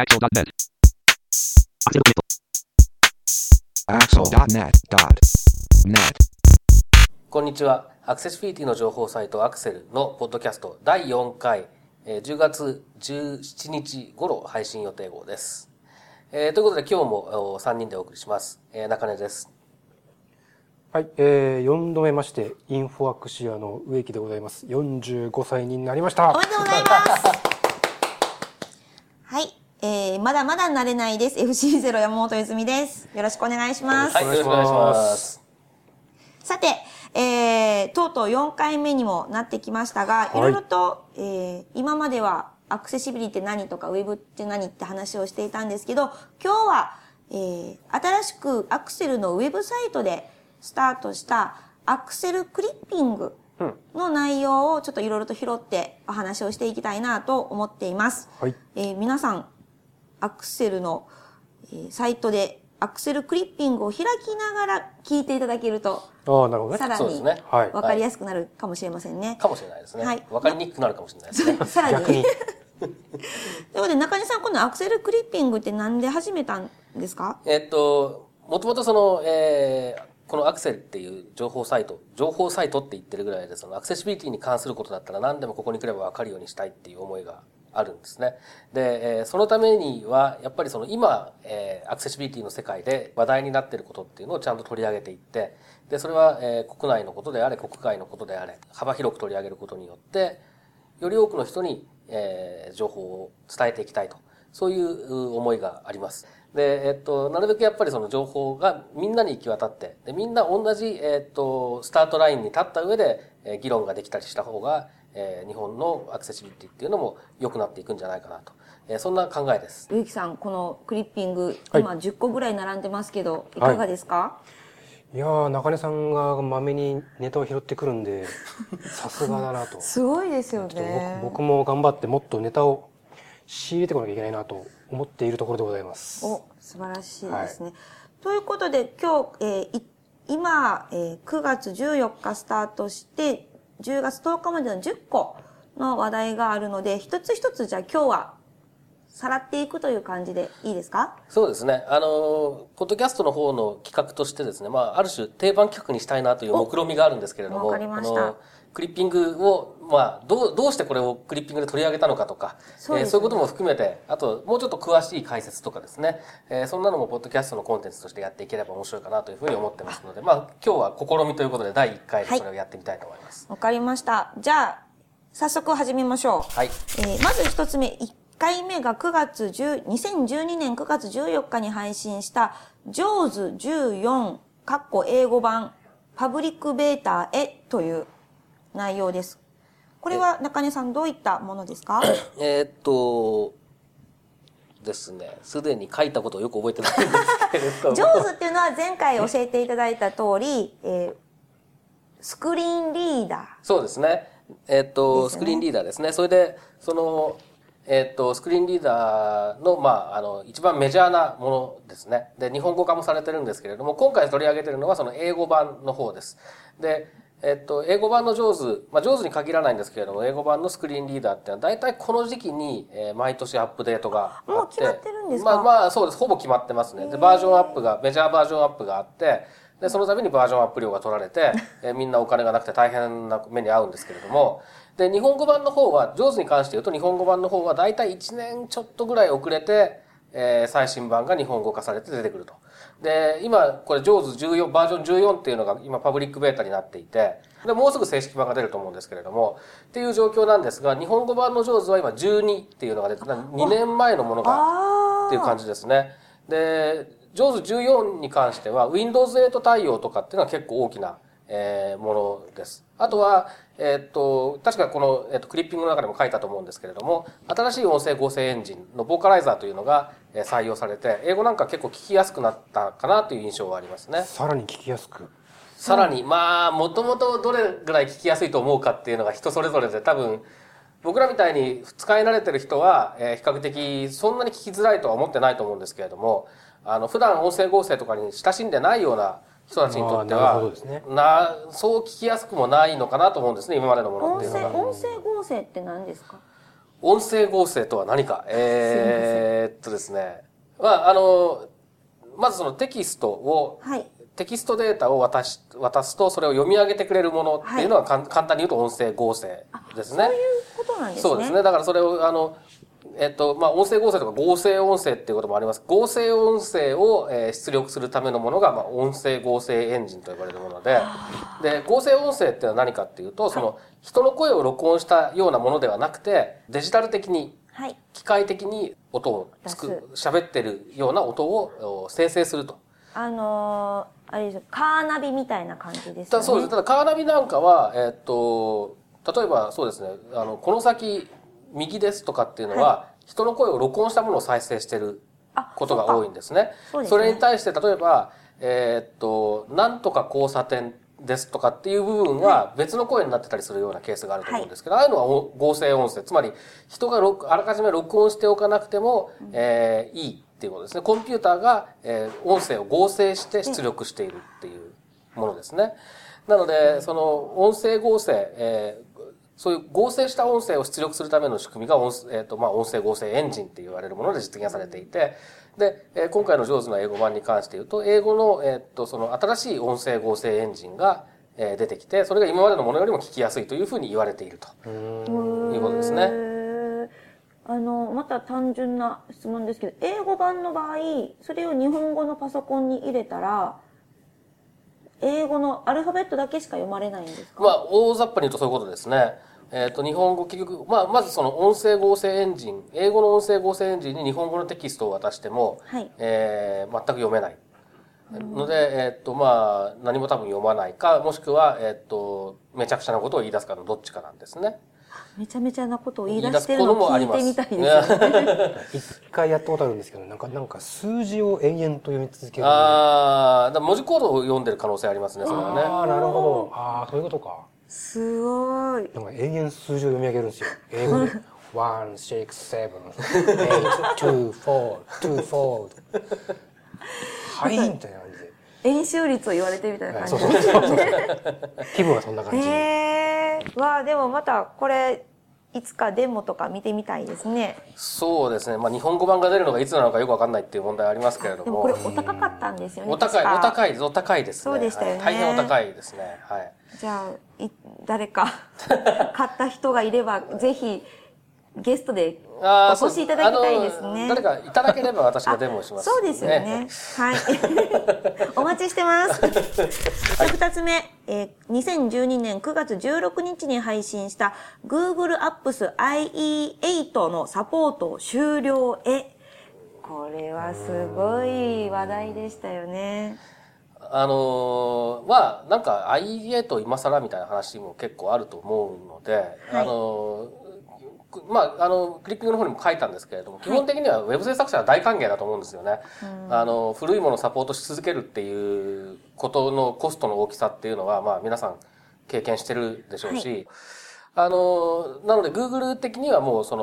Axel.net. Axel.net.net こんにちは。アクセシビリティの情報サイトアクセルのポッドキャスト第4回、10月17日頃配信予定号です。ということで今日も3人でお送りします。中根です。 はい、4度目まして、インフォアクシアの植木でございます。45歳になりました。 おめでとうございます。はい、まだまだ慣れないです。FC0 山本泉です。よろしくお願いします。 はい、よろしくお願いします。 さて、とうとう4回目にもなってきましたが、 はい、 いろいろと、今まではアクセシビリティって何とかウェブって何って話をしていたんですけど、今日は、新しくアクセルのウェブサイトでスタートしたアクセルクリッピングの内容をちょっといろいろと拾ってお話をしていきたいなと思っています。 はい、 皆さん、アクセルの、サイトでアクセルクリッピングを開きながら聞いていただけると、 なるほどね、 さらにね、 分かりやすくなるかもしれませんね。 かもしれないですね。 はい、 分かりにくくなるかもしれないですね。 さらに。 逆に。 ということで、中根さん、このアクセルクリッピングって何で始めたんですか？ もともとその、このアクセルっていう情報サイトって言ってるぐらいで、そのアクセシビリティに関することだったら何でもここに来れば分かるようにしたいっていう思いがあるんですね。で、そのためには、やっぱりその今、アクセシビリティの世界で話題になっていることっていうのをちゃんと取り上げていって、で、それは、国内のことであれ、国外のことであれ、幅広く取り上げることによって、より多くの人に、情報を伝えていきたいと。そういう思いがあります。で、なるべくやっぱりその情報がみんなに行き渡って、でみんな同じ、スタートラインに立った上で、議論ができたりした方が、日本のアクセシビリティっていうのも良くなっていくんじゃないかなと。そんな考えです。 植木さん、このクリッピング、 はい、 今10個ぐらい並んでますけど、いかがですか？ はい、いやー、中根さんがまめにネタを拾ってくるんで、さすがだなと。 すごいですよね。 僕も頑張ってもっとネタを仕入れてこなきゃいけないなと思っているところでございます。 お、素晴らしいですね。はい、ということで、今日、今、9月14日スタートして、10月10日までの10個の話題があるので、一つ一つじゃあ今日はさらっていくという感じでいいですか？ そうですね。ポッドキャストの方の企画としてですね、ある種定番企画にしたいなという目論見があるんですけれども、 わかりました。 クリッピングを、どうしてこれをクリッピングで取り上げたのかとか、そういうことも含めて、あと、もうちょっと詳しい解説とかですね、そんなのもポッドキャストのコンテンツとしてやっていければ面白いかなというふうに思ってますので、今日は試みということで第1回でそれをやってみたいと思います。 わかりました。じゃあ、早速始めましょう。 はい。 まず一つ目、1回目が2012年9月14日に配信した、JAWS 14、英語版、パブリックベータへという内容です。これは中根さんどういったものですか？ ですね、すでに書いたことをよく覚えてないんですけれども。 JAWS っていうのは前回教えていただいた通り、スクリーンリーダー。 そうですね。スクリーンリーダーですね。それで、その、スクリーンリーダーの、一番メジャーなものですね。で、日本語化もされてるんですけれども、今回取り上げてるのはその英語版の方です。で、英語版のJAWS、JAWS に限らないんですけれども、英語版のスクリーンリーダーっていうのは、大体この時期に、毎年アップデートがあって。 もう決まってるんですか？ そうです。ほぼ決まってますね。で、バージョンアップが、メジャーバージョンアップがあって、で、その度にバージョンアップ料が取られて、みんなお金がなくて大変な目に遭うんですけれども、で、日本語版の方は、JAWS に関して言うと、日本語版の方は大体1年ちょっとぐらい遅れて、最新版が日本語化されて出てくると。で、今、これ JAWS14、バージョン14っていうのが今パブリックベータになっていて、で、もうすぐ正式版が出ると思うんですけれども、っていう状況なんですが、日本語版の JAWS は今12っていうのが出て、2年前のものが、っていう感じですね。で、JAWS14 に関しては Windows 8対応とかっていうのは結構大きな、ものです。あとは、確かこの、クリッピングの中でも書いたと思うんですけれども、新しい音声合成エンジンのボーカライザーというのが採用されて、英語なんか結構聞きやすくなったかなという印象はありますね。 さらに聞きやすく。 さらに、もともとどれぐらい聞きやすいと思うかっていうのが人それぞれで、多分、僕らみたいに使い慣れてる人は、比較的そんなに聞きづらいとは思ってないと思うんですけれども、普段音声合成とかに親しんでないような人たちにとっては、そう聞きやすくもないのかなと思うんですね、今までのものっていうのが。 音声合成って何ですか？ 音声合成とは何か。ですね。まずそのテキストデータを渡すと、それを読み上げてくれるものっていうのは、簡単に言うと音声合成ですね。 そういうことなんですね。 そうですね。だからそれを、音声合成とか合成音声っていうこともあります。合成音声を出力するためのものが、音声合成エンジンと呼ばれるもので、合成音声っていうのは何かっていうと、その人の声を録音したようなものではなくて、デジタル的に、機械的に音を喋ってるような音を生成すると。 あれですよ、カーナビみたいな感じですよね。 そうです。ただカーナビなんかは、例えばそうですね、この先、右ですとかっていうのは、人の声を録音したものを再生していることが多いんですね。それに対して、例えば、なんとか交差点ですとかっていう部分は別の声になってたりするようなケースがあると思うんですけど、ああいうのは合成音声。つまり、人があらかじめ録音しておかなくても、いいっていうことですね。コンピューターが、音声を合成して出力しているっていうものですね。なので、その音声合成、そういう合成した音声を出力するための仕組みが音声合成エンジンって言われるもので実現されていて、で、今回のJAWSの英語版に関して言うと、英語の、その新しい音声合成エンジンが出てきて、それが今までのものよりも聞きやすいというふうに言われているということですね。 また単純な質問ですけど、英語版の場合、それを日本語のパソコンに入れたら、英語のアルファベットだけしか読まれないんですか？ 大雑把に言うとそういうことですね。日本語、結局、まずその音声合成エンジン、英語の音声合成エンジンに日本語のテキストを渡しても、全く読めない。ので、何も多分読まないか、もしくは、めちゃくちゃなことを言い出すかのどっちかなんですね。 めちゃめちゃなことを言い出してるのを聞いてみたいですね。 一回やったことあるんですけど、なんか数字を延々と読み続ける。 文字コードを読んでる可能性ありますね、それはね。 なるほど。そういうことか。 すごい。 なんか永遠数字を読み上げるんですよ。英語で。1, 6, 7, 8, 2, 4, 2, 4. はい、みたいな感じで。 円周率を言われてるみたいな感じで。 気分はそんな感じ。 でもまたこれ、いつかデモとか見てみたいですね。 そうですね。日本語版が出るのがいつなのかよくわかんないっていう問題ありますけれども。 でもこれお高かったんですよね。 お高いですね。 そうでしたよね。 大変お高いですね。はい。 じゃあ、誰か買った人がいれば、ぜひ、ゲストでお越しいただきたいですね。 誰かいただければ私がデモをします、 そうですよね。はい。お待ちしてます。2つ目、2012年9月16日に配信した Google Apps IE8 のサポート終了へ。これはすごい話題でしたよね。 なんか IE8 今更みたいな話も結構あると思うので、クリッピングの方にも書いたんですけれども、基本的にはウェブ制作者は大歓迎だと思うんですよね。古いものをサポートし続けるっていうことのコストの大きさっていうのは、皆さん経験してるでしょうし、なので Google 的にはもう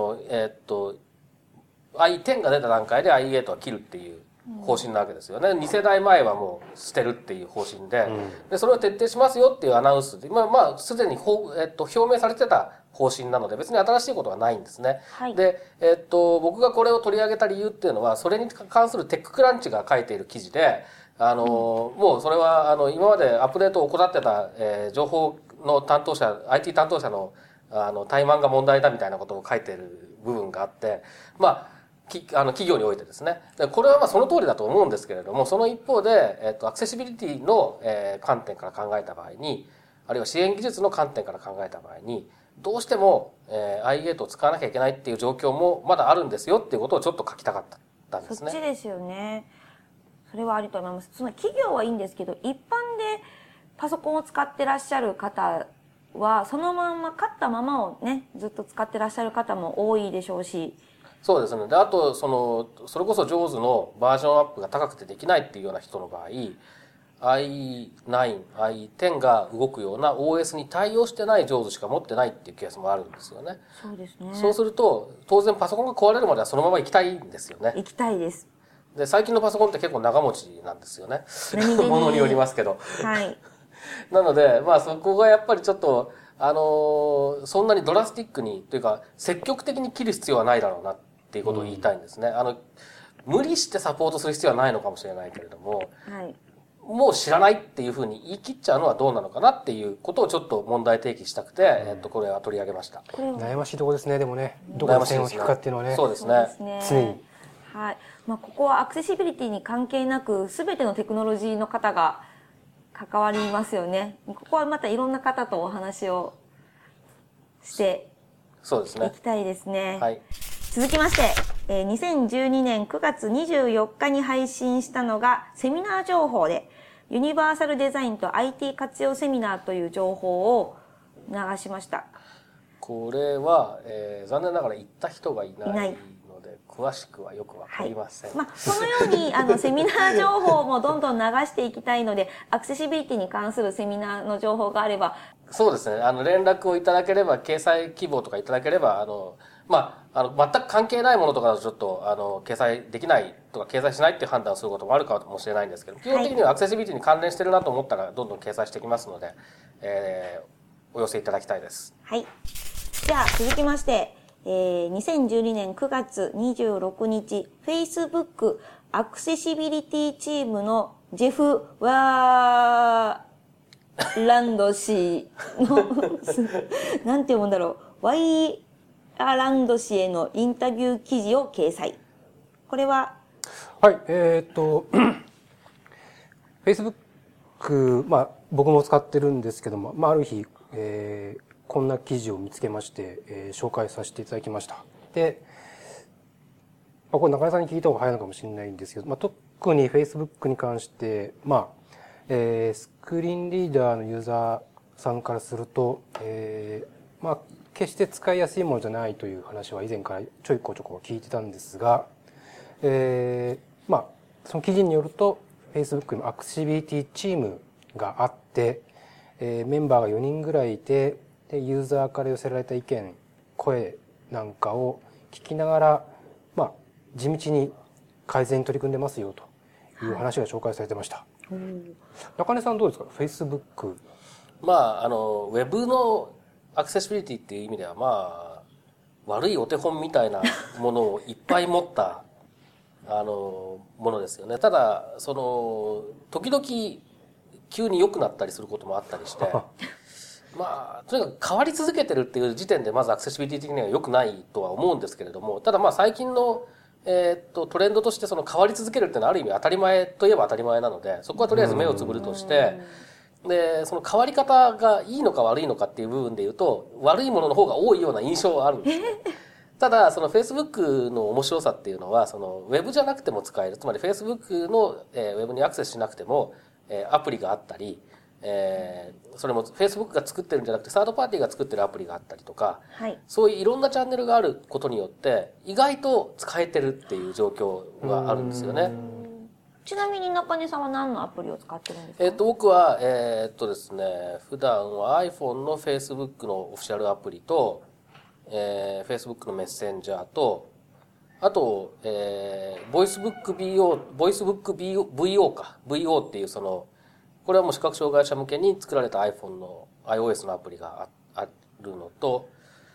IE10 が出た段階で IE8 は切るっていう方針なわけですよね。2世代前はもう捨てるっていう方針で、それを徹底しますよっていうアナウンスで、すでに表明されてた方針なので別に新しいことはないんですね。で、僕がこれを取り上げた理由っていうのは、それに関するテッククランチが書いている記事で、もうそれは今までアップデートを行ってた、情報の担当者、IT 担当者の怠慢が問題だみたいなことを書いている部分があって、企業においてですね。これはその通りだと思うんですけれども、その一方で、アクセシビリティの、観点から考えた場合に、あるいは支援技術の観点から考えた場合に、どうしても、IE8 を使わなきゃいけないっていう状況もまだあるんですよっていうことをちょっと書きたかったんですね。 そっちですよね。それはあると思います。つまり企業はいいんですけど、一般でパソコンを使ってらっしゃる方は、そのまま買ったままをね、ずっと使ってらっしゃる方も多いでしょうし、 そうですね。で、あと、それこそ JAWS のバージョンアップが高くてできないっていうような人の場合、i9、i10 が動くような OS に対応してない JAWS しか持ってないっていうケースもあるんですよね。 そうですね。 そうすると、当然パソコンが壊れるまではそのまま行きたいんですよね。 行きたいです。 で、最近のパソコンって結構長持ちなんですよね。ものによりますけど。 はい。 なので、そこがやっぱりちょっと、 そんなにドラスティックにというか積極的に切る必要はないだろうなっていうことを言いたいんですね。無理してサポートする必要はないのかもしれないけれども、 はい、 もう知らないっていうふうに言い切っちゃうのはどうなのかなっていうことをちょっと問題提起したくて、これは取り上げました。 悩ましいところですね。でもね、どこで線を引くかっていうのはね。 そうですね。 常に。 はい。ここはアクセシビリティに関係なく、すべてのテクノロジーの方が関わりますよね。ここはまたいろんな方とお話をしていきたいですね。 はい。 続きまして、2012年9月24日に配信したのがセミナー情報で、ユニバーサルデザインと IT 活用セミナーという情報を流しました。 これは、残念ながら行った人がいないので、詳しくはよくわかりません。 はい、そのように、セミナー情報もどんどん流していきたいので、アクセシビリティに関するセミナーの情報があれば。 そうですね。連絡をいただければ、掲載希望とかいただければ、全く関係ないものとかだとちょっと、掲載できないとか、掲載しないっていう判断をすることもあるかもしれないんですけど、基本的にはアクセシビリティに関連してるなと思ったら、どんどん掲載していきますので、お寄せいただきたいです。 はい。じゃあ、続きまして、2012年9月26日、Facebook アクセシビリティチームのジェフ・ワーランド氏の、なんて読むんだろう、ワイアランド氏へのインタビュー記事を掲載。これははい、Facebook、僕も使ってるんですけども、ある日、こんな記事を見つけまして、紹介させていただきました。で、これ中根さんに聞いた方が早いのかもしれないんですけど、特に Facebook に関して、スクリーンリーダーのユーザーさんからすると、決して使いやすいものじゃないという話は以前からちょいこちょこ聞いてたんですが、その記事によると Facebook のアクセシビリティチームがあって、メンバーが4人ぐらいいて、でユーザーから寄せられた意見、声なんかを聞きながら、地道に改善に取り組んでますよという話が紹介されてました。中根さんどうですか Facebook？ ウェブのアクセシビリティっていう意味では悪いお手本みたいなものをいっぱい持ったものですよね。ただ時々急に良くなったりすることもあったりしてとにかく変わり続けてるっていう時点でまずアクセシビリティ的には良くないとは思うんですけれども、ただ最近のトレンドとして変わり続けるっていうのはある意味当たり前といえば当たり前なので、そこはとりあえず目をつぶるとして、でその変わり方がいいのか悪いのかっていう部分で言うと悪いものの方が多いような印象はあるんですね。ただFacebook の面白さっていうのはウェブじゃなくても使える、つまり Facebook のウェブにアクセスしなくてもアプリがあったり、それも Facebook が作ってるんじゃなくてサードパーティーが作ってるアプリがあったりとか、そういういろんなチャンネルがあることによって意外と使えてるっていう状況があるんですよね。 ちなみに中根さんは何のアプリを使ってるんですか？ 僕はですね、普段は iPhone の Facebook のオフィシャルアプリと、Facebook のメッセンジャーと、あと、VoiceBook VO か VO っていうこれはもう視覚障害者向けに作られた iPhone の iOS のアプリがあるのと、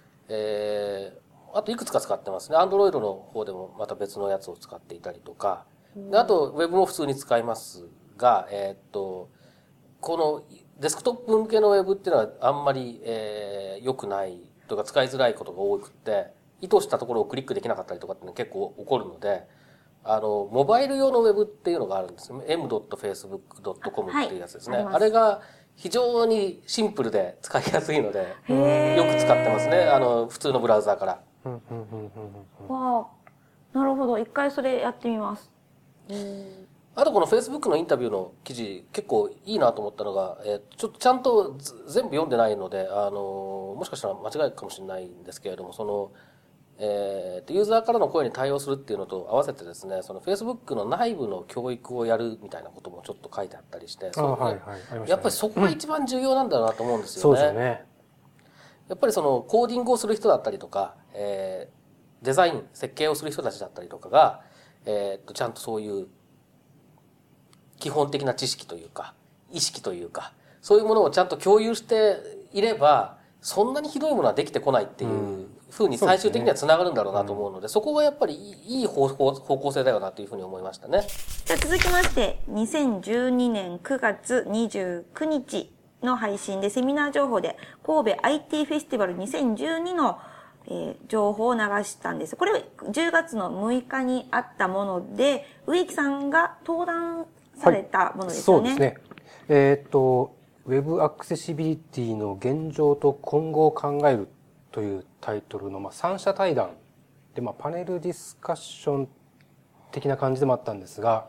あといくつか使ってますね。Android の方でもまた別のやつを使っていたりとか、あとウェブも普通に使いますが、このデスクトップ向けのウェブっていうのはあんまり、良くないとか使いづらいことが多くて、意図したところをクリックできなかったりとかっていうの結構起こるので、モバイル用のウェブっていうのがあるんですよ。m.facebook.com っていうやつですね。あれが非常にシンプルで使いやすいので、よく使ってますね。普通のブラウザーから。 わあ、なるほど。一回それやってみます。 あとこの Facebook のインタビューの記事結構いいなと思ったのが、ちょっとちゃんと全部読んでないので、もしかしたら間違いかもしれないんですけれども、ユーザーからの声に対応するっていうのと合わせてですね、Facebook の内部の教育をやるみたいなこともちょっと書いてあったりして、やっぱりそこが一番重要なんだなと思うんですよね。そうですね。やっぱりコーディングをする人だったりとか、デザイン、設計をする人たちだったりとかが、ちゃんとそういう基本的な知識というか、意識というか、そういうものをちゃんと共有していれば、 そんなにひどいものはできてこないっていうふうに最終的にはつながるんだろうなと思うので、そこがやっぱりいい方向性だよなというふうに思いましたね。 じゃあ続きまして、2012年9月29日の配信でセミナー情報で神戸 IT フェスティバル2012の情報を流したんです。これ10月の6日にあったもので、植木さんが登壇されたものですよね。 そうですね。ウェブアクセシビリティの現状と今後を考えるというタイトルの3者対談で、パネルディスカッション的な感じでもあったんですが、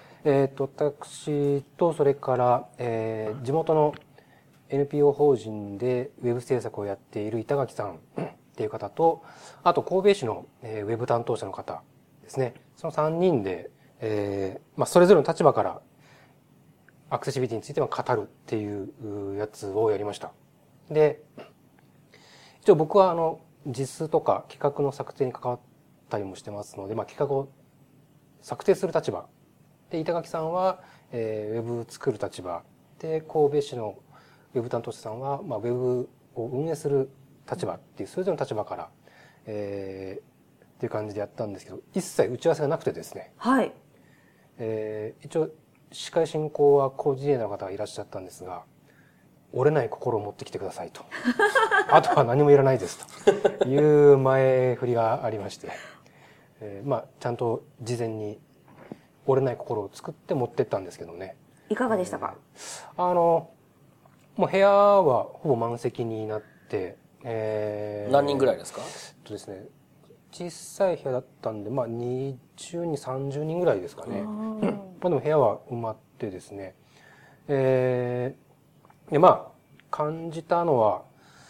私とそれから、地元の NPO 法人でウェブ制作をやっている板垣さんっていう方と、あと神戸市のウェブ担当者の方ですね。その3人で、それぞれの立場からアクセシビリティについては語るっていうやつをやりました。で、一応僕は実数とか企画の策定に関わったりもしてますので、企画を策定する立場。で、板垣さんは、ウェブ作る立場。で、神戸市のウェブ担当者さんは、ウェブを運営する立場っていう、それぞれの立場から、っていう感じでやったんですけど、一切打ち合わせがなくてですね。 はい。 一応、司会進行はコーディネーターの方がいらっしゃったんですが、折れない心を持ってきてくださいと。あとは何もいらないですという前振りがありまして、ちゃんと事前に折れない心を作って持ってったんですけどね。 いかがでしたか？ もう部屋はほぼ満席になって、 何人ぐらいですか？ ですね、小さい部屋だったんで、20人、30人ぐらいですかね。でも部屋は埋まってですね。感じたのは、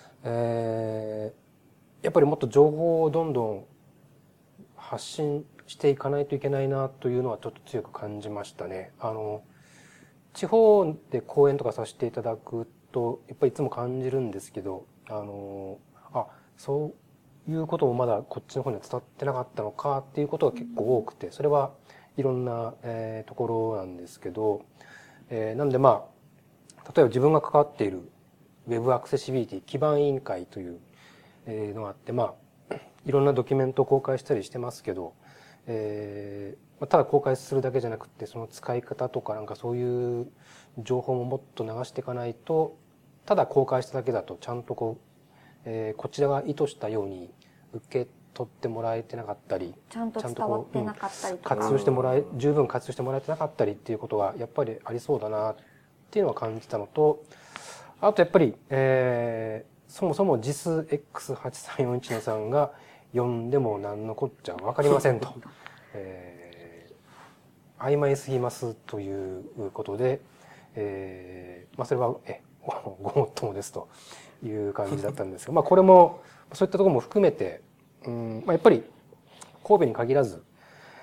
やっぱりもっと情報をどんどん発信していかないといけないなというのはちょっと強く感じましたね。地方で講演とかさせていただくと、やっぱりいつも感じるんですけど、そういうこともまだこっちの方には伝わってなかったのかっていうことが結構多くて、それはいろんな、ところなんですけど、なんで例えば自分が関わっているウェブアクセシビリティ基盤委員会というのがあって、いろんなドキュメントを公開したりしてますけど、ただ公開するだけじゃなくて、その使い方とかそういう情報ももっと流していかないと、ただ公開しただけだとちゃんとこちらが意図したように受け取ってもらえてなかったり、 ちゃんと伝わってなかったりとか、 十分活用してもらえてなかったりっていうことがやっぱりありそうだなっていうのは感じたのと、あとやっぱり、そもそもJIS X8341さんが読んでも何のこっちゃわかりませんと。曖昧すぎますということで、それはごもっともですという感じだったんですが、これもそういったところも含めて、やっぱり神戸に限らず、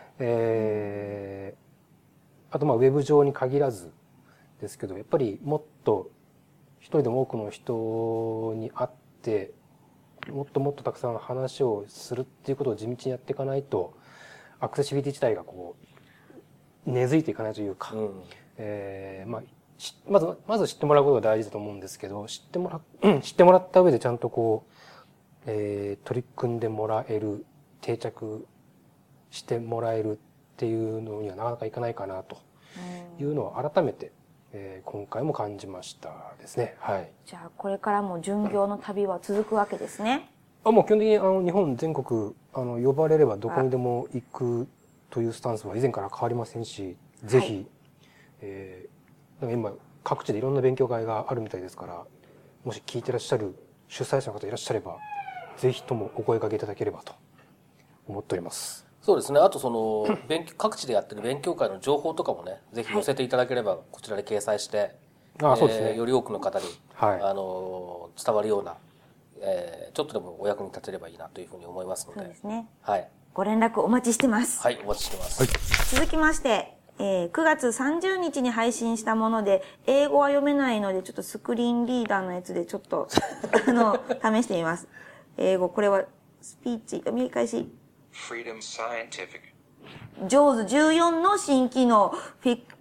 あとウェブ上に限らずですけど、やっぱりもっと一人でも多くの人に会って、もっともっとたくさん話をするっていうことを地道にやっていかないと、アクセシビリティ自体が根付いていかないというか、まず知ってもらうことが大事だと思うんですけど、知ってもらった上でちゃんと取り組んでもらえる、定着してもらえるっていうのにはなかなかいかないかなというのを改めて、今回も感じましたですね。はい。 じゃあこれからも巡業の旅は続くわけですね。 もう基本的に日本全国呼ばれればどこにでも行くというスタンスは以前から変わりませんし、ぜひ、今各地でいろんな勉強会があるみたいですから、もし聞いてらっしゃる主催者の方いらっしゃれば、ぜひともお声掛けいただければと思っております。 そうですね。あと各地でやってる勉強会の情報とかもね、ぜひ載せていただければ、こちらで掲載して、 そうですね。 より多くの方に、伝わるような、ちょっとでもお役に立てればいいなというふうに思いますので。 そうですね。 はい。 ご連絡お待ちしてます。 はい、お待ちしてます。 はい、 続きまして、9月30日に配信したもので、英語は読めないので、ちょっとスクリーンリーダーのやつでちょっと、試してみます。英語、これは、スピーチ、読み返し。JAWS 14の新機能、フィッ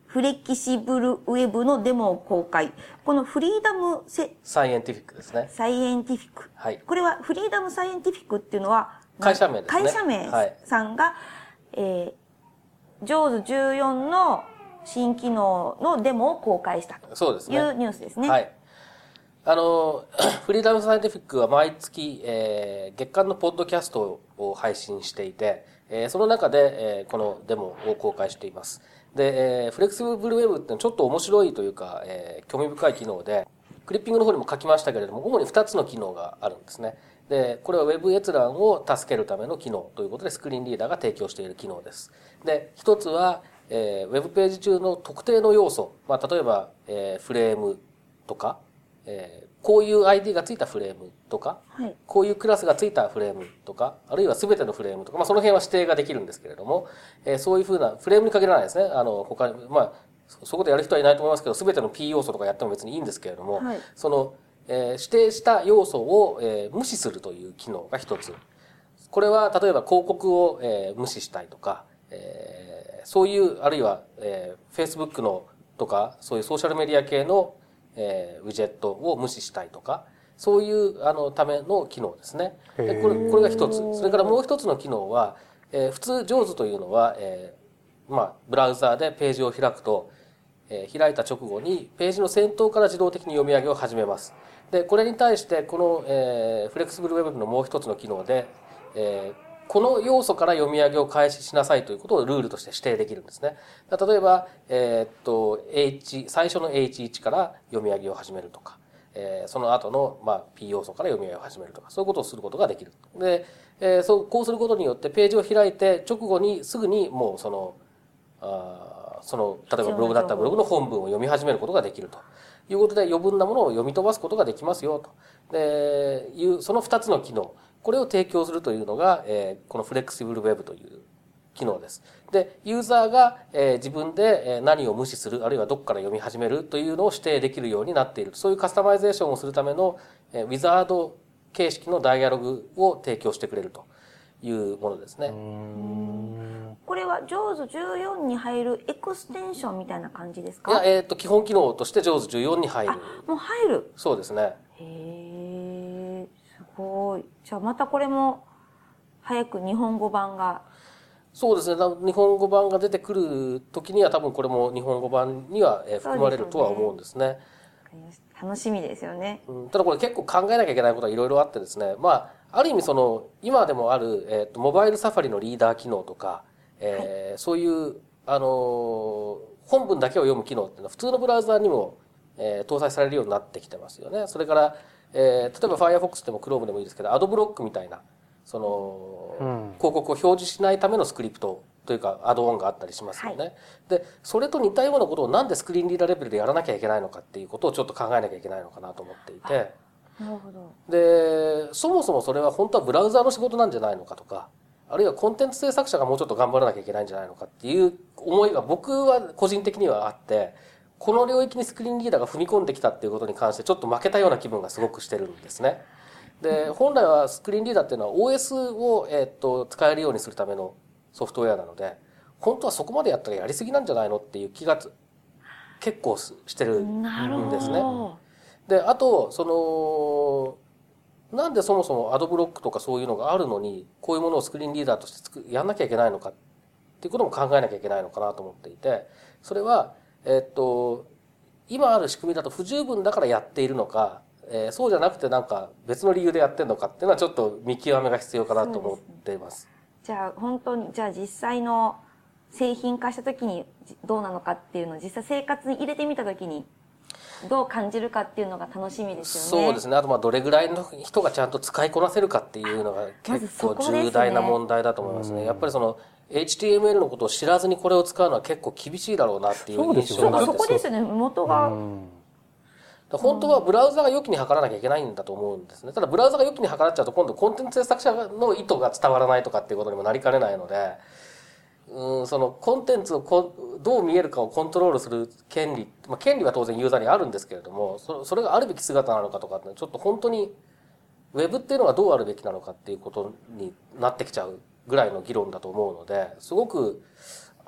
フレキシブルウェブのデモを公開。このフリーダムサイエンティフィックですね。 サイエンティフィック。 はい。 これはフリーダムサイエンティフィックっていうのは、 会社名ですね。 会社名さんが、JAWS 14の新機能のデモを公開したとそうですね。 いうニュースですね。 はい。フリーダムサイエンティフィックは毎月、月間のポッドキャストを配信していて、その中で、このデモを公開しています。で、フレキシブルウェブってちょっと面白いというか、興味深い機能で、クリッピングの方にも書きましたけれども、主に2つの機能があるんですね。で、これは Web 閲覧を助けるための機能ということで、スクリーンリーダーが提供している機能です。で、一つは、Web ページ中の特定の要素、まあ、例えば、フレームとか、こういう ID がついたフレームとか、 はい、 こういうクラスがついたフレームとか、あるいは全てのフレームとか、まあ、その辺は指定ができるんですけれども、そういうふうな、フレームに限らないですね。他に、まあ、そういうことやる人はいないと思いますけど、全ての P 要素とかやっても別にいいんですけれども、 はい、 その、指定した要素を、無視するという機能が一つ。これは、例えば広告を、無視したいとか、そういう、あるいは、Facebook のとか、そういうソーシャルメディア系のウィジェットを無視したいとか、そういうための機能ですね。でこれが一つ。それからもう一つの機能は、普通 JAWS というのは、まあ、ブラウザーでページを開くと、開いた直後にページの先頭から自動的に読み上げを始めます。で、これに対してこの、フレキシブルウェブのもう一つの機能で、この要素から読み上げを開始しなさいということをルールとして指定できるんですね。例えば、最初の H1 から読み上げを始めるとか、その後の、まあ、P 要素から読み上げを始めるとか、そういうことをすることができる。で、こうすることによってページを開いて直後にすぐにもう例えばブログだったらブログの本文を読み始めることができるということで余分なものを読み飛ばすことができますよと。で、その2つの機能。これを提供するというのが、このフレキシブルウェブという機能です。で、ユーザーが、自分で何を無視する、あるいはどこから読み始めるというのを指定できるようになっている。そういうカスタマイゼーションをするための、ウィザード形式のダイアログを提供してくれるというものですね。 これは JAWS14 に入るエクステンションみたいな感じですか？ いや、基本機能として JAWS14 に入る。 もう入る？ そうですね。 へー、すごい。じゃあまたこれも早く日本語版が。 そうですね。日本語版が出てくる時には多分これも日本語版には含まれるとは思うんですね。 楽しみですよね。 ただこれ結構考えなきゃいけないことはいろいろあってですね。まあ、ある意味今でもある、モバイルサファリのリーダー機能とか、そういう、本文だけを読む機能っていうのは普通のブラウザーにも、搭載されるようになってきてますよね。それから、例えば Firefox でも Chrome でもいいですけど、アドブロックみたいな、広告を表示しないためのスクリプトというかアドオンがあったりしますよね。はい、で、それと似たようなことをなんでスクリーンリーダーレベルでやらなきゃいけないのかっていうことをちょっと考えなきゃいけないのかなと思っていて。 なるほど。 で、そもそもそれは本当はブラウザーの仕事なんじゃないのかとか、あるいはコンテンツ制作者がもうちょっと頑張らなきゃいけないんじゃないのかっていう思いが僕は個人的にはあって、この領域にスクリーンリーダーが踏み込んできたっていうことに関してちょっと負けたような気分がすごくしてるんですね。で、本来はスクリーンリーダーっていうのは OS を、使えるようにするためのソフトウェアなので、本当はそこまでやったらやりすぎなんじゃないのっていう気が結構してるんですね。で、あと、なんでそもそもアドブロックとかそういうのがあるのに、こういうものをスクリーンリーダーとしてやんなきゃいけないのかっていうことも考えなきゃいけないのかなと思っていて、それは、今ある仕組みだと不十分だからやっているのか、そうじゃなくてなんか別の理由でやってるのかっていうのはちょっと見極めが必要かなと思っています。 じゃあ本当に、じゃあ実際の製品化した時にどうなのかっていうのを実際生活に入れてみた時にどう感じるかっていうのが楽しみですよね。 そうですね。あとどれぐらいの人がちゃんと使いこなせるかっていうのが結構重大な問題だと思いますね。やっぱりHTML のことを知らずにこれを使うのは結構厳しいだろうなっていう印象なんですよ。 そこですね、元が。 本当はブラウザが良きに計らなきゃいけないんだと思うんですね。ただブラウザが良きに計らっちゃうと今度コンテンツ制作者の意図が伝わらないとかっていうことにもなりかねないので、そのコンテンツをどう見えるかをコントロールする権利、権利は当然ユーザーにあるんですけれども、それがあるべき姿なのかとかってちょっと本当にウェブっていうのがどうあるべきなのかっていうことになってきちゃうぐらいの議論だと思うので、すごく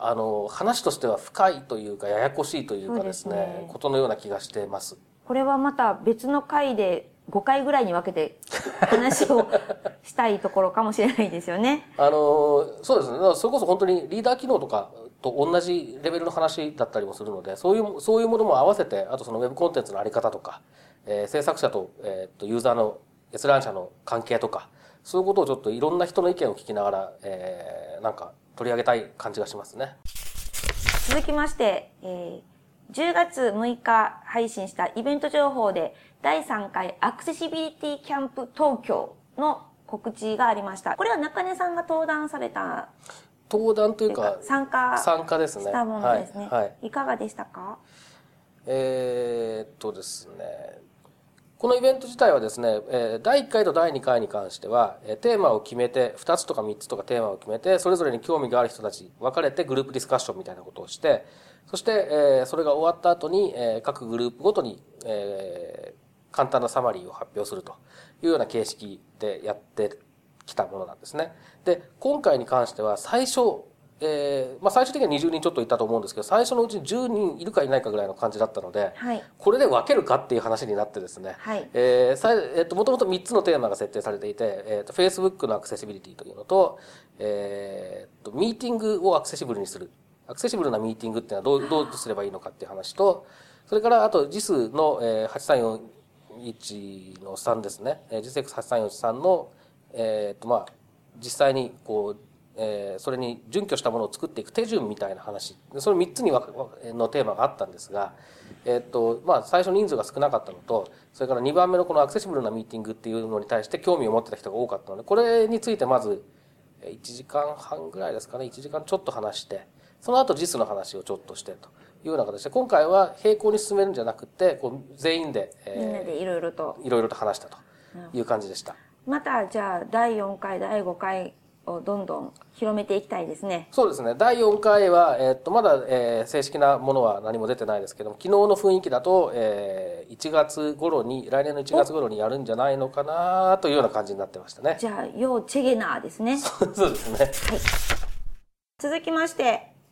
話としては深いというかややこしいというかですね、 そうですねことのような気がしてます。これはまた別の回で5回ぐらいに分けて話をしたいところかもしれないですよね。 そうですね。だからそれこそ本当にリーダー機能とかと同じレベルの話だったりもするので、そういうものも合わせて、あとそのウェブコンテンツのあり方とか、制作者と、ユーザーの閲覧者の関係とか、そういうことをちょっといろんな人の意見を聞きながら、なんか取り上げたい感じがしますね。 続きまして、10月6日配信したイベント情報で第3回アクセシビリティキャンプ東京の告知がありました。これは中根さんが登壇された登壇というか参加ですね。したものですね。はい。いかがでしたか？ ですね。このイベント自体はですね、第1回と第2回に関しては、テーマを決めて、2つとか3つとかテーマを決めて、それぞれに興味がある人たち分かれてグループディスカッションみたいなことをして、そして、それが終わった後に、各グループごとに、簡単なサマリーを発表するというような形式でやってきたものなんですね。で、今回に関しては最初、最終的には20人ちょっといたと思うんですけど、最初のうちに10人いるかいないかぐらいの感じだったので、 はい、 これで分けるかっていう話になってですね、 はい、 もともと3つのテーマが設定されていて、Facebook のアクセシビリティというのと、ミーティングをアクセシブルにする。アクセシブルなミーティングっていうのはどうすればいいのかっていう話と、それからあと JIS の8341の3ですね、JISX8341 の、実際にこう、それに準拠したものを作っていく手順みたいな話、その3つのテーマがあったんですが、最初人数が少なかったのと、それから2番目のこのアクセシブルなミーティングっていうのに対して興味を持ってた人が多かったので、これについてまず1時間半ぐらいですかね、1時間ちょっと話して、その後 JIS の話をちょっとしてというような形で、今回は並行に進めるんじゃなくて、こう全員で、 みんなでいろいろと話したという感じでした。 またじゃあ第4回第5回をどんどん広めていきたいですね。 そうですね。第4回は、まだ、正式なものは何も出てないですけども、昨日の雰囲気だと、来年の1月頃にやるんじゃないのかなというような感じになってましたね。 じゃあ、要チェゲナーですね。 そうですね。はい。 続きまして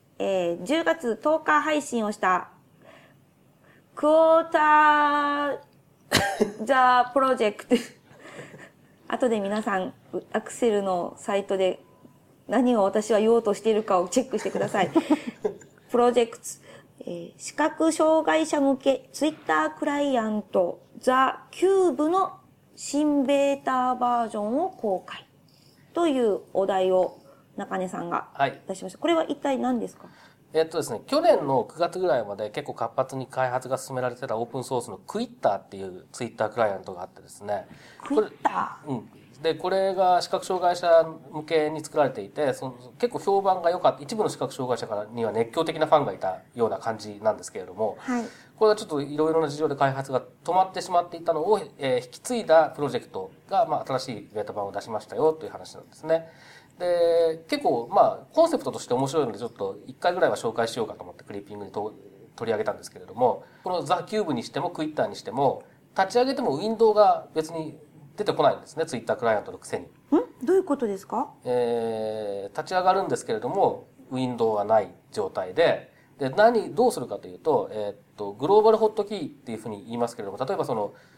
、10月10日配信をしたクォーターザプロジェクト後で皆さんアクセルのサイトで何を私は言おうとしているかをチェックしてください。プロジェクト、視覚障害者向けツイッタークライアントザキューブの新ベータバージョンを公開というお題を中根さんが出しました。はい、これは一体何ですか？ ですね、去年の9月ぐらいまで結構活発に開発が進められてたオープンソースのクイッターっていうツイッタークライアントがあってですね。 クイッター？ うん。で、これが視覚障害者向けに作られていて、結構評判が良かった、一部の視覚障害者からには熱狂的なファンがいたような感じなんですけれども、 はい、 これはちょっといろいろな事情で開発が止まってしまっていたのを、引き継いだプロジェクトが、新しいベータ版を出しましたよという話なんですね。で、結構、コンセプトとして面白いので、ちょっと一回ぐらいは紹介しようかと思ってクリッピングに取り上げたんですけれども、このザ・キューブにしてもクイッターにしても、立ち上げてもウィンドウが別に出てこないんですね、ツイッタークライアントのくせに。 どういうことですか？ 立ち上がるんですけれども、ウィンドウがない状態で、どうするかというと、グローバルホットキーっていうふうに言いますけれども、例えば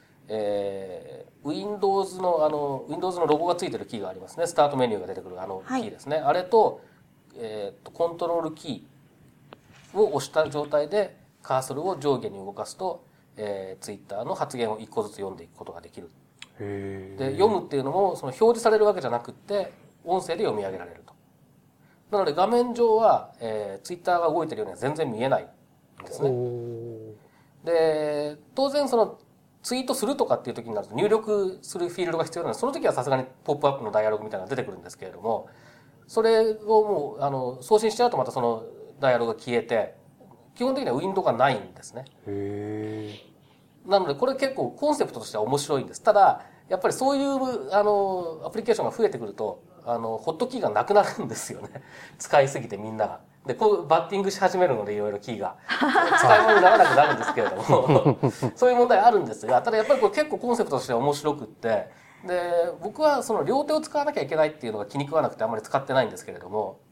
Windows のWindows のロゴがついてるキーがありますね。スタートメニューが出てくるキーですね。はい、あれと、コントロールキーを押した状態でカーソルを上下に動かすと、Twitter の発言を一個ずつ読んでいくことができる。で、読むっていうのも表示されるわけじゃなくって、音声で読み上げられると。なので画面上は、Twitter が動いてるようには全然見えないんですね。で、当然ツイートするとかっていう時になると入力するフィールドが必要なので、その時はさすがにポップアップのダイアログみたいなのが出てくるんですけれども、それをもう送信しちゃうとまたそのダイアログが消えて、基本的にはウィンドウがないんですね。なのでこれ結構コンセプトとしては面白いんです。ただ、やっぱりそういうアプリケーションが増えてくると、ホットキーがなくなるんですよね。使いすぎてみんなが。で、バッティングし始めるのでいろいろキーが。使い物にならなくなるんですけれども、そういう問題あるんですが、ただやっぱりこれ結構コンセプトとしては面白くって、で、僕はその両手を使わなきゃいけないっていうのが気に食わなくてあんまり使ってないんですけれども、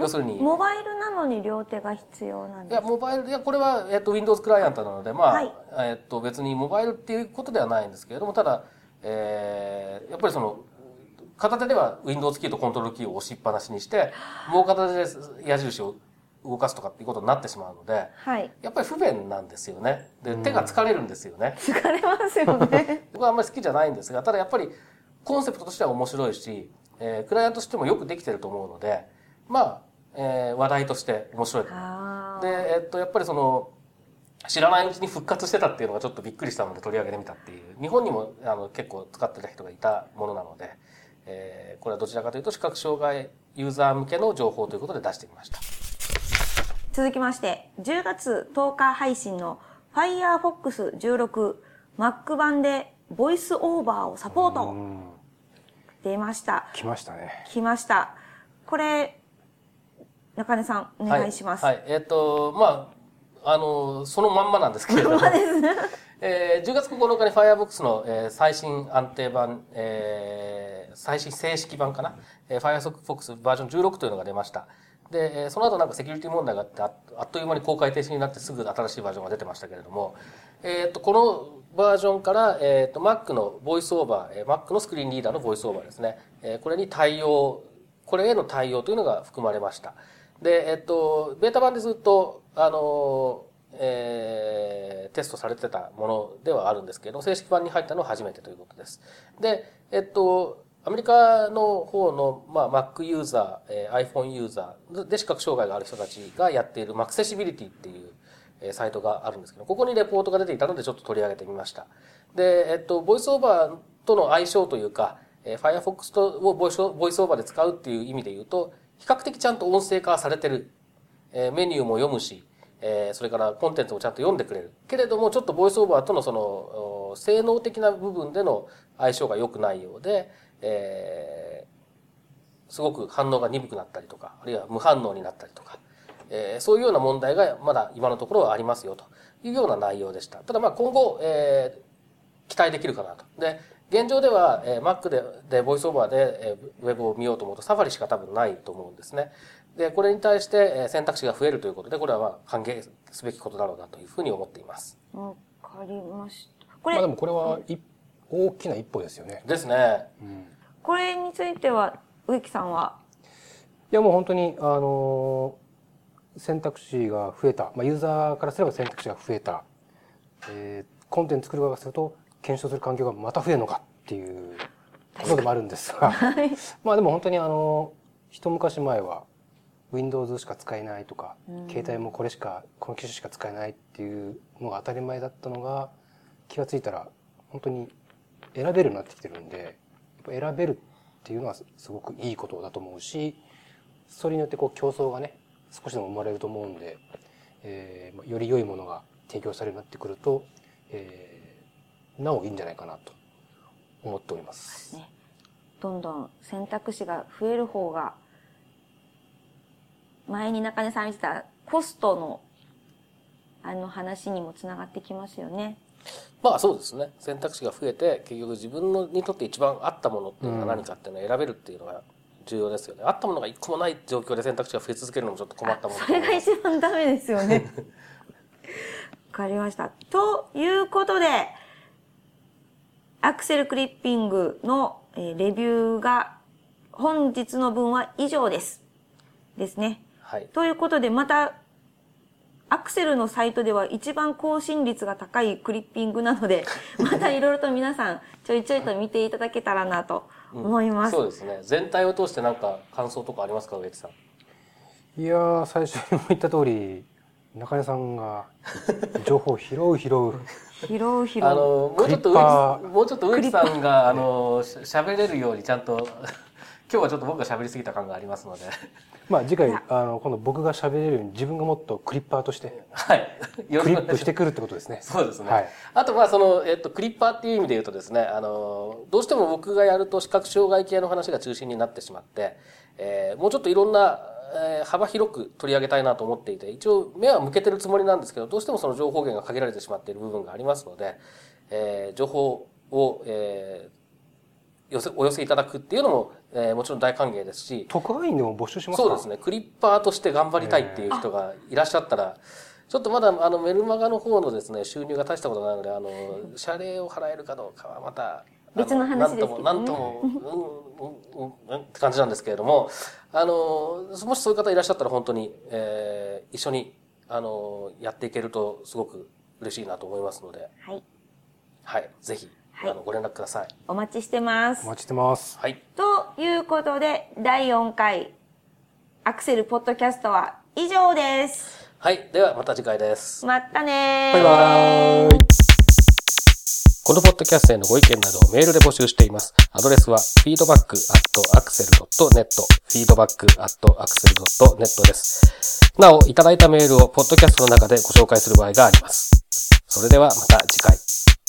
要するに。 モバイルなのに両手が必要なんですか？ いや、モバイル、いや、これは、Windows クライアントなので、まあ、 はい、 別にモバイルっていうことではないんですけれども、ただ、やっぱりその、片手では Windows キーとコントロールキーを押しっぱなしにして、もう片手で矢印を動かすとかっていうことになってしまうので、 はい。 やっぱり不便なんですよね。で、手が疲れるんですよね。 疲れますよね。 僕はあんまり好きじゃないんですが、ただやっぱりコンセプトとしては面白いし、クライアントとしてもよくできてると思うので、まあ、話題として面白い。で、やっぱりその、知らないうちに復活してたっていうのがちょっとびっくりしたので取り上げてみたっていう。日本にも結構使ってた人がいたものなので、これはどちらかというと視覚障害ユーザー向けの情報ということで出してみました。 続きまして、10月10日配信の Firefox 16 Mac 版でボイスオーバーをサポート。出ました。 来ましたね。 来ました。これ、中根さん、お願いします。 はい。まあ、そのまんまなんですけれども。10月9日に Firefox の、最新安定版、最新正式版かな、Firefox バージョン16というのが出ました。で、その後なんかセキュリティ問題があって、あっという間に公開停止になってすぐ新しいバージョンが出てましたけれども、このバージョンから、Mac のボイスオーバー、Mac のスクリーンリーダーのボイスオーバーですね。これに対応、これへの対応というのが含まれました。で、ベータ版でずっと、テストされてたものではあるんですけど、正式版に入ったのは初めてということです。で、アメリカの方の、まあ、Mac ユーザー、iPhone ユーザーで視覚障害がある人たちがやっている Maxessibility っていうサイトがあるんですけど、ここにレポートが出ていたのでちょっと取り上げてみました。で、ボイスオーバーとの相性というか、Firefox をボイスオーバーで使うっていう意味で言うと、比較的ちゃんと音声化されてる。メニューも読むし、それからコンテンツもちゃんと読んでくれる。けれども、ちょっとボイスオーバーとのその、性能的な部分での相性が良くないようで、すごく反応が鈍くなったりとか、あるいは無反応になったりとか、そういうような問題がまだ今のところはありますよというような内容でした。ただまあ今後、期待できるかなと。で、現状では、Mac でボイスオーバーで、ウェブを見ようと思うとサファリしか多分ないと思うんですね。で、これに対して選択肢が増えるということで、これはまあ歓迎すべきことだろうなというふうに思っています。 わかりました。 まあでもこれは大きな一歩ですよね。 ですね。 これについては、植木さんは？ いやもう本当に、選択肢が増えた。まあユーザーからすれば選択肢が増えた。コンテンツ作る側がすると、検証する環境がまた増えるのかっていうことでもあるんですが。まあでも本当に一昔前は、Windows しか使えないとか、携帯もこの機種しか使えないっていうのが当たり前だったのが、気がついたら本当に選べるようになってきてるんで、やっぱ選べるっていうのはすごくいいことだと思うし、それによってこう競争がね、少しでも生まれると思うんで、より良いものが提供されるようになってくると、なおいいんじゃないかなと思っております。 ね、どんどん選択肢が増える方が、前に中根さん見てたコストの話にもつながってきますよね。 まあそうですね。選択肢が増えて、結局自分にとって一番合ったものっていうのが何かっていうのを選べるっていうのが重要ですよね。合ったものが一個もない状況で選択肢が増え続けるのもちょっと困ったものだと思います。 それが一番ダメですよね。わかりました。ということで、アクセルクリッピングのレビューが本日の分は以上です。ですね。 はい。 ということで、また、アクセルのサイトでは一番更新率が高いクリッピングなので、またいろいろと皆さんちょいちょいと見ていただけたらなと思います。 そうですね。全体を通してなんか感想とかありますか、植木さん。 いやー、最初にも言った通り、中根さんが情報を拾う。 もうちょっと植木さんが喋れるようにちゃんと今日はちょっと僕が喋りすぎた感がありますので。 まあ次回今度僕が喋れるように自分がもっとクリッパーとしてはい。 クリップしてくるってことですね。 そうですね。 はい。 あとまあクリッパーっていう意味で言うとですね、どうしても僕がやると視覚障害系の話が中心になってしまって、もうちょっといろんな幅広く取り上げたいなと思っていて、一応目は向けてるつもりなんですけど、どうしてもその情報源が限られてしまっている部分がありますので、情報を、 お寄せいただくっていうのも、もちろん大歓迎ですし。 特派員でも募集しますか？ そうですね。クリッパーとして頑張りたいっていう人がいらっしゃったら、ちょっとまだメルマガの方のですね、収入が大したことないので、謝礼を払えるかどうかはまた、 別の話ですけどね。 なんとも、って感じなんですけれども、もしそういう方いらっしゃったら本当に、一緒に、やっていけるとすごく嬉しいなと思いますので、 はい。 はい。ぜひ、ご連絡ください。 お待ちしてます。 お待ちしてます。 はい。 ということで、第4回、アクセルポッドキャストは以上です。 はい。では、また次回です。 またねー。 バイバーイ。 このポッドキャストへのご意見などをメールで募集しています。アドレスは feedback@axel.net feedback@axel.net です。なお、いただいたメールをポッドキャストの中でご紹介する場合があります。それではまた次回。